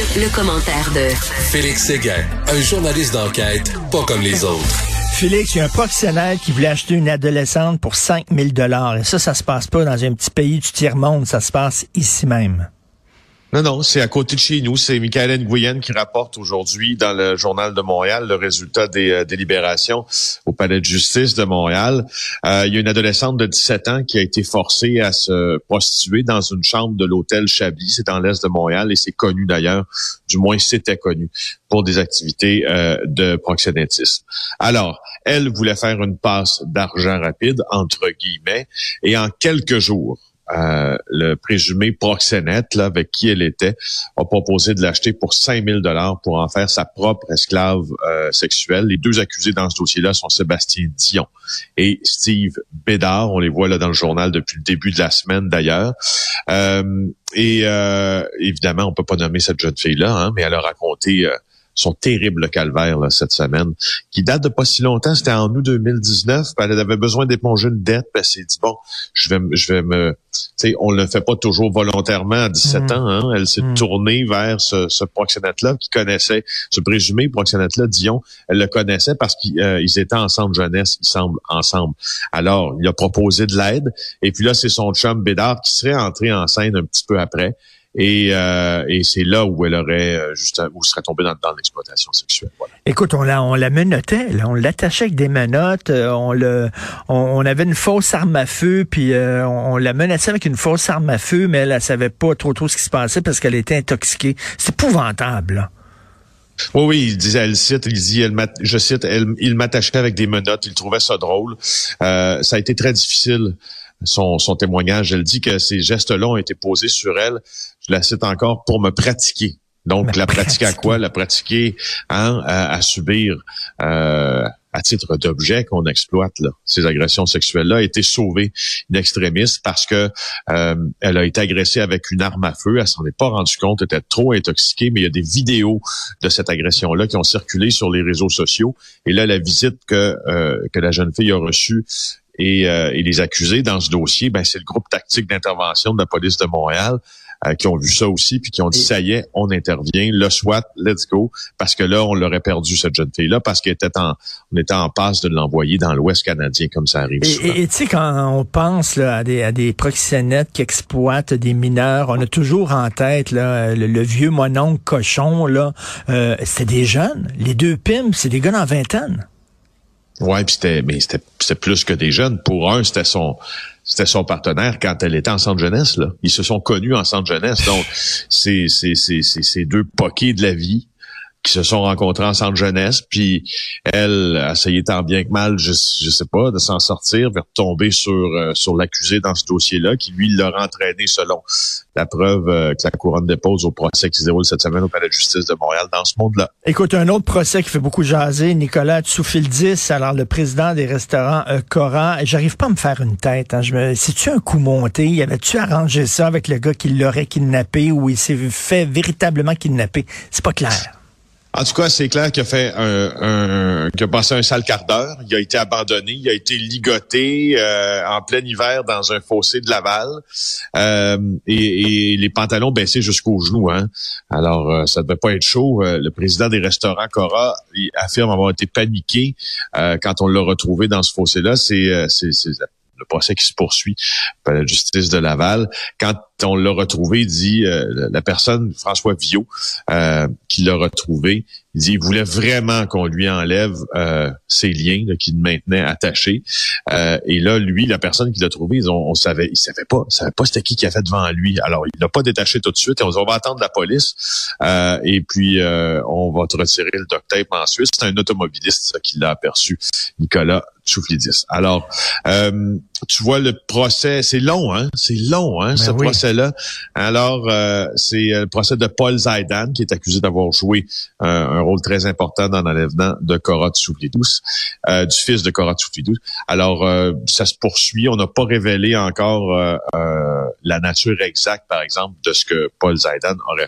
Le commentaire de Félix Séguin, un journaliste d'enquête pas comme les autres. Félix, il y a un proxénète qui voulait acheter une adolescente pour 5 000 $. Et ça se passe pas dans un petit pays du tiers-monde, ça se passe ici même. Non, c'est à côté de chez nous. C'est Michaël Nguyen qui rapporte aujourd'hui dans le Journal de Montréal le résultat des délibérations au Palais de justice de Montréal. Il y a une adolescente de 17 ans qui a été forcée à se prostituer dans une chambre de l'hôtel Chablis. C'est dans l'est de Montréal et c'est connu d'ailleurs, du moins c'était connu, pour des activités de proxénétisme. Alors, elle voulait faire une passe d'argent rapide, entre guillemets, et en quelques jours, le présumé proxénète, là, avec qui elle était, a proposé de l'acheter pour 5 000 $ pour en faire sa propre esclave sexuelle. Les deux accusés dans ce dossier-là sont Sébastien Dion et Steve Bédard. On les voit là dans le journal depuis le début de la semaine d'ailleurs. Évidemment, on peut pas nommer cette jeune fille-là, hein, mais elle a raconté son terrible calvaire là, cette semaine, qui date de pas si longtemps, c'était en août 2019, elle avait besoin d'éponger une dette, puis elle s'est dit, bon, je vais me... Tu sais, on le fait pas toujours volontairement à 17 ans, hein, elle s'est tournée vers ce proxénète-là, qui connaissait, ce présumé proxénète-là, Dion, elle le connaissait parce qu'ils étaient en centre jeunesse, il semble, ensemble. Alors, il a proposé de l'aide, et puis là, c'est son chum Bédard qui serait entré en scène un petit peu après, et c'est là où elle aurait où serait tombée dans l'exploitation sexuelle. Voilà. Écoute, on la menottait, là, on l'attachait avec des menottes, on avait une fausse arme à feu, puis on la menaçait avec une fausse arme à feu, mais elle savait pas trop ce qui se passait parce qu'elle était intoxiquée. C'est épouvantable, là. Oui, il disait, je cite, il m'attachait avec des menottes, il trouvait ça drôle. Ça a été très difficile. Son témoignage, elle dit que ces gestes-là ont été posés sur elle, je la cite encore, pour me pratiquer. Donc, la pratiquer à quoi? La pratiquer à subir à titre d'objet qu'on exploite là. Ces agressions sexuelles-là a été sauvée in extremis parce que elle a été agressée avec une arme à feu. Elle s'en est pas rendue compte, elle était trop intoxiquée, mais il y a des vidéos de cette agression-là qui ont circulé sur les réseaux sociaux. Et là, la visite que la jeune fille a reçue et les accusés dans ce dossier, ben c'est le groupe tactique d'intervention de la police de Montréal qui ont vu ça aussi, puis qui ont dit, ça y est, on intervient, le SWAT, let's go, parce que là, on l'aurait perdu, cette jeune fille-là, parce qu'on était en passe de l'envoyer dans l'Ouest canadien, comme ça arrive souvent. Et tu sais, quand on pense là, à des proxénètes qui exploitent des mineurs, on a toujours en tête là, le vieux mononcle cochon, là, c'était des jeunes, les deux pimps, c'est des gars dans la vingtaine. Ouais, puis c'était plus que des jeunes. Pour un, c'était son partenaire quand elle était en centre jeunesse, là. Ils se sont connus en centre jeunesse. Donc, c'est deux poqués de la vie qui se sont rencontrés en centre jeunesse, puis elle a essayé tant bien que mal, je sais pas, de s'en sortir, de retomber sur l'accusé dans ce dossier-là, qui lui l'a entraîné selon la preuve que la couronne dépose au procès qui se déroule cette semaine au Palais de justice de Montréal dans ce monde-là. Écoute, un autre procès qui fait beaucoup jaser, Nicolas Tsoufildis, alors le président des restaurants Cora, j'arrive pas à me faire une tête. Hein. C'est-tu un coup monté? Avait-tu arrangé ça avec le gars qui l'aurait kidnappé ou il s'est fait véritablement kidnapper? C'est pas clair. En tout cas, c'est clair qu'il a fait qu'il a passé un sale quart d'heure. Il a été abandonné, il a été ligoté en plein hiver dans un fossé de Laval et les pantalons baissés jusqu'aux genoux. Hein. Alors, ça devait pas être chaud. Le président des restaurants Cora il affirme avoir été paniqué quand on l'a retrouvé dans ce fossé-là. C'est le procès qui se poursuit par la justice de Laval. Quand on l'a retrouvé, il dit la personne, François Villot, qui l'a retrouvé, il dit il voulait vraiment qu'on lui enlève ses liens là, qui le maintenaient attaché. Et là, lui, la personne qui l'a trouvé, il savait pas c'était qui a fait devant lui. Alors, il l'a pas détaché tout de suite. Et on va attendre la police. Et puis, on va te retirer le duct tape en Suisse. C'est un automobiliste qui l'a aperçu, Nicolas Tsoufildis. Alors, tu vois, le procès, c'est long, ce procès-là. Alors, c'est le procès de Paul Zaidan, qui est accusé d'avoir joué un rôle très important dans l'enlèvement de Cora Tsoufidous, du fils de Cora Tsoufidous. Alors, ça se poursuit. On n'a pas révélé encore la nature exacte, par exemple, de ce que Paul Zaidan aurait fait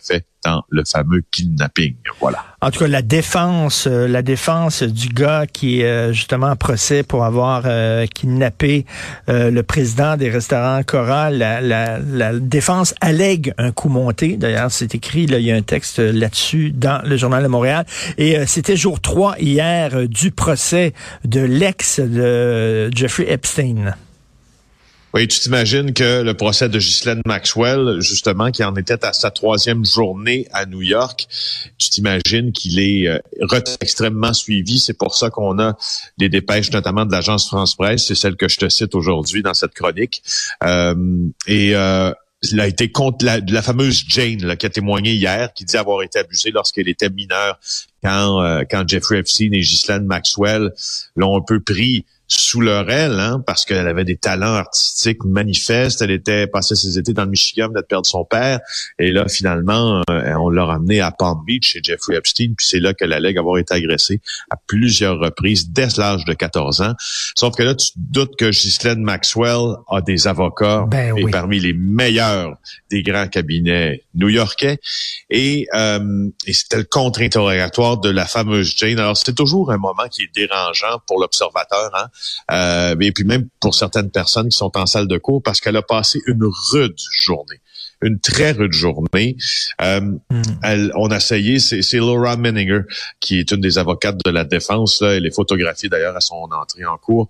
dans le fameux kidnapping. Voilà. En tout cas, la défense du gars qui est justement en procès pour avoir kidnappé le président des restaurants Cora, la défense allègue un coup monté. D'ailleurs, c'est écrit, là, il y a un texte là-dessus dans le Journal de Montréal. Et c'était jour 3 hier du procès de l'ex de Jeffrey Epstein. Oui, tu t'imagines que le procès de Ghislaine Maxwell, justement, qui en était à sa 3e journée à New York, tu t'imagines qu'il est extrêmement suivi. C'est pour ça qu'on a des dépêches, notamment de l'agence France-Presse. C'est celle que je te cite aujourd'hui dans cette chronique. Il a été contre la fameuse Jane là, qui a témoigné hier, qui dit avoir été abusée lorsqu'elle était mineure quand Jeffrey Epstein et Ghislaine Maxwell l'ont un peu pris sous leur aile, parce qu'elle avait des talents artistiques manifestes. Elle était passée ses étés dans le Michigan, venait de perdre son père. Et là, finalement, on l'a ramenée à Palm Beach chez Jeffrey Epstein. Puis c'est là qu'elle allègue avoir été agressée à plusieurs reprises dès l'âge de 14 ans. Sauf que là, tu te doutes que Ghislaine Maxwell a des avocats et parmi les meilleurs des grands cabinets new-yorkais. Et c'était le contre-interrogatoire de la fameuse Jane. Alors, c'est toujours un moment qui est dérangeant pour l'observateur, et puis même pour certaines personnes qui sont en salle de cours, parce qu'elle a passé une rude journée. Une très rude journée. On a essayé, c'est Laura Menninger, qui est une des avocates de la défense, là. Elle est photographiée d'ailleurs à son entrée en cours.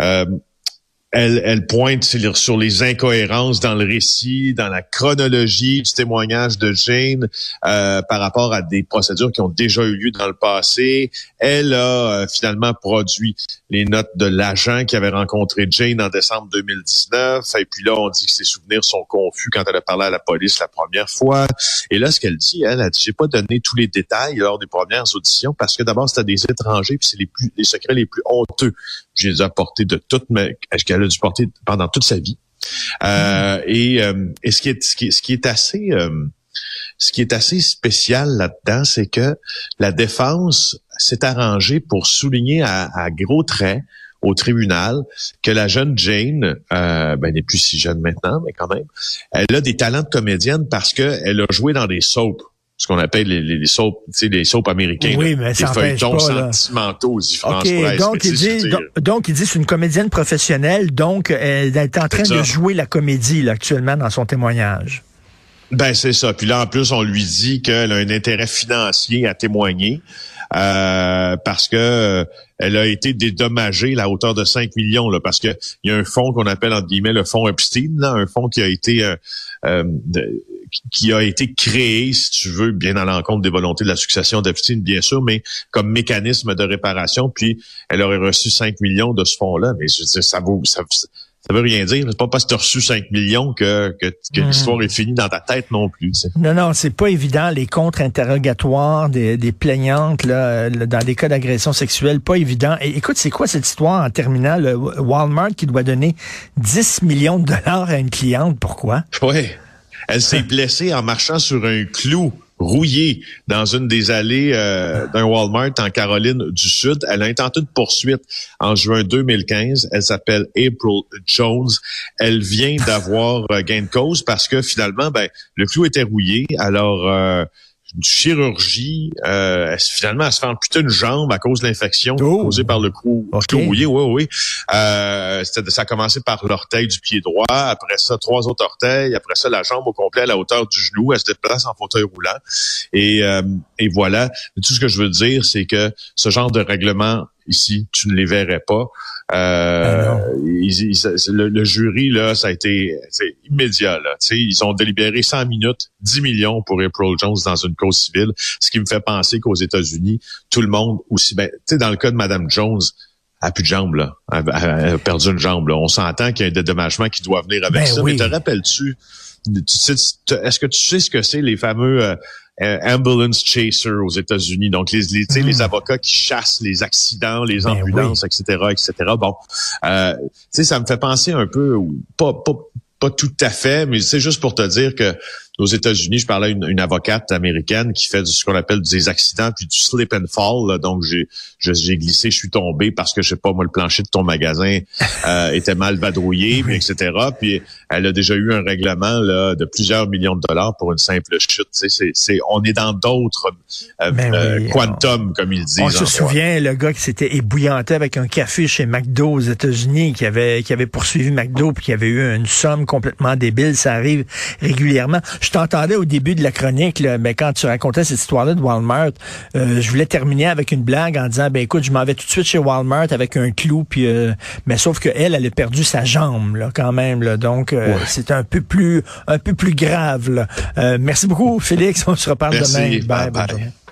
Elle pointe sur les incohérences dans le récit, dans la chronologie du témoignage de Jane par rapport à des procédures qui ont déjà eu lieu dans le passé. Elle a finalement produit les notes de l'agent qui avait rencontré Jane en décembre 2019. Et puis là, on dit que ses souvenirs sont confus quand elle a parlé à la police la première fois. Et là, ce qu'elle dit, elle a dit, j'ai pas donné tous les détails lors des premières auditions parce que d'abord, c'était des étrangers puis c'est les secrets les plus honteux. Je les ai apportés de toute qu'elle a dû porter pendant toute sa vie. Et ce qui est assez spécial là-dedans, c'est que la défense s'est arrangée pour souligner à gros traits au tribunal que la jeune Jane, n'est plus si jeune maintenant, mais quand même, elle a des talents de comédienne parce que elle a joué dans des soaps. Ce qu'on appelle les soaps, tu sais, les soaps américains. Oui, mais ça des feuilletons pas, sentimentaux, dit France-Presse. Donc, il dit c'est une comédienne professionnelle, donc elle est en train de jouer la comédie là, actuellement dans son témoignage. Ben, c'est ça. Puis là, en plus, on lui dit qu'elle a un intérêt financier à témoigner. Parce que elle a été dédommagée à hauteur de 5 millions là, parce que il y a un fonds qu'on appelle entre guillemets le fonds Epstein, là, un fonds qui a été créé, si tu veux, bien à l'encontre des volontés de la succession d'Epstein, bien sûr, mais comme mécanisme de réparation. Puis elle aurait reçu 5 millions de ce fonds-là, mais je veux dire, ça veut rien dire. C'est pas parce que tu as reçu 5 millions que l'histoire est finie dans ta tête non plus. Tu sais. Non, c'est pas évident. Les contre-interrogatoires des plaignantes là, dans des cas d'agression sexuelle, pas évident. Et écoute, c'est quoi cette histoire en terminant? Le Walmart qui doit donner 10 millions de dollars à une cliente. Pourquoi? Oui. Elle s'est blessée en marchant sur un clou rouillé dans une des allées d'un Walmart en Caroline du Sud. Elle a intenté de poursuite en juin 2015. Elle s'appelle April Jones. Elle vient d'avoir gain de cause parce que finalement, le clou était rouillé. Alors, une chirurgie, finalement, elle se fait amputer une jambe à cause de l'infection causée par le clou rouillé. Oui. Ça a commencé par l'orteil du pied droit, après ça, 3 autres orteils, après ça, la jambe au complet à la hauteur du genou. Elle se déplace en fauteuil roulant. Et voilà. Tout ce que je veux dire, c'est que ce genre de règlement ici, tu ne les verrais pas. Le jury, là, c'est immédiat, là. Tu sais, ils ont délibéré 100 minutes, 10 millions pour April Jones dans une cause civile. Ce qui me fait penser qu'aux États-Unis, tout le monde aussi, tu sais, dans le cas de Madame Jones, elle a plus de jambes, là. Elle a perdu une jambe, là. On s'entend qu'il y a un dédommagement qui doit venir avec ça. Oui. Mais te rappelles-tu, est-ce que tu sais ce que c'est les fameux, ambulance chaser aux États-Unis, donc les avocats qui chassent les accidents, les ambulances, etc. Bon, tu sais, ça me fait penser un peu, pas tout à fait, mais c'est juste pour te dire que aux États-Unis, je parlais à une avocate américaine qui fait ce qu'on appelle des accidents puis du slip and fall. Là. Donc, j'ai glissé, je suis tombé parce que, je sais pas, moi, le plancher de ton magasin était mal vadrouillé, puis etc. Puis elle a déjà eu un règlement là de plusieurs millions de dollars pour une simple chute. On est dans d'autres quantum, comme ils disent. On se souvient, le gars qui s'était ébouillanté avec un café chez McDo aux États-Unis, qui avait poursuivi McDo puis qui avait eu une somme complètement débile. Ça arrive régulièrement. Je t'entendais au début de la chronique, là, mais quand tu racontais cette histoire-là de Walmart, je voulais terminer avec une blague en disant, écoute, je m'en vais tout de suite chez Walmart avec un clou, puis mais sauf que elle a perdu sa jambe, là, quand même, là, donc c'est un peu plus grave, là. Merci beaucoup, Félix. On se reparle demain. Bye.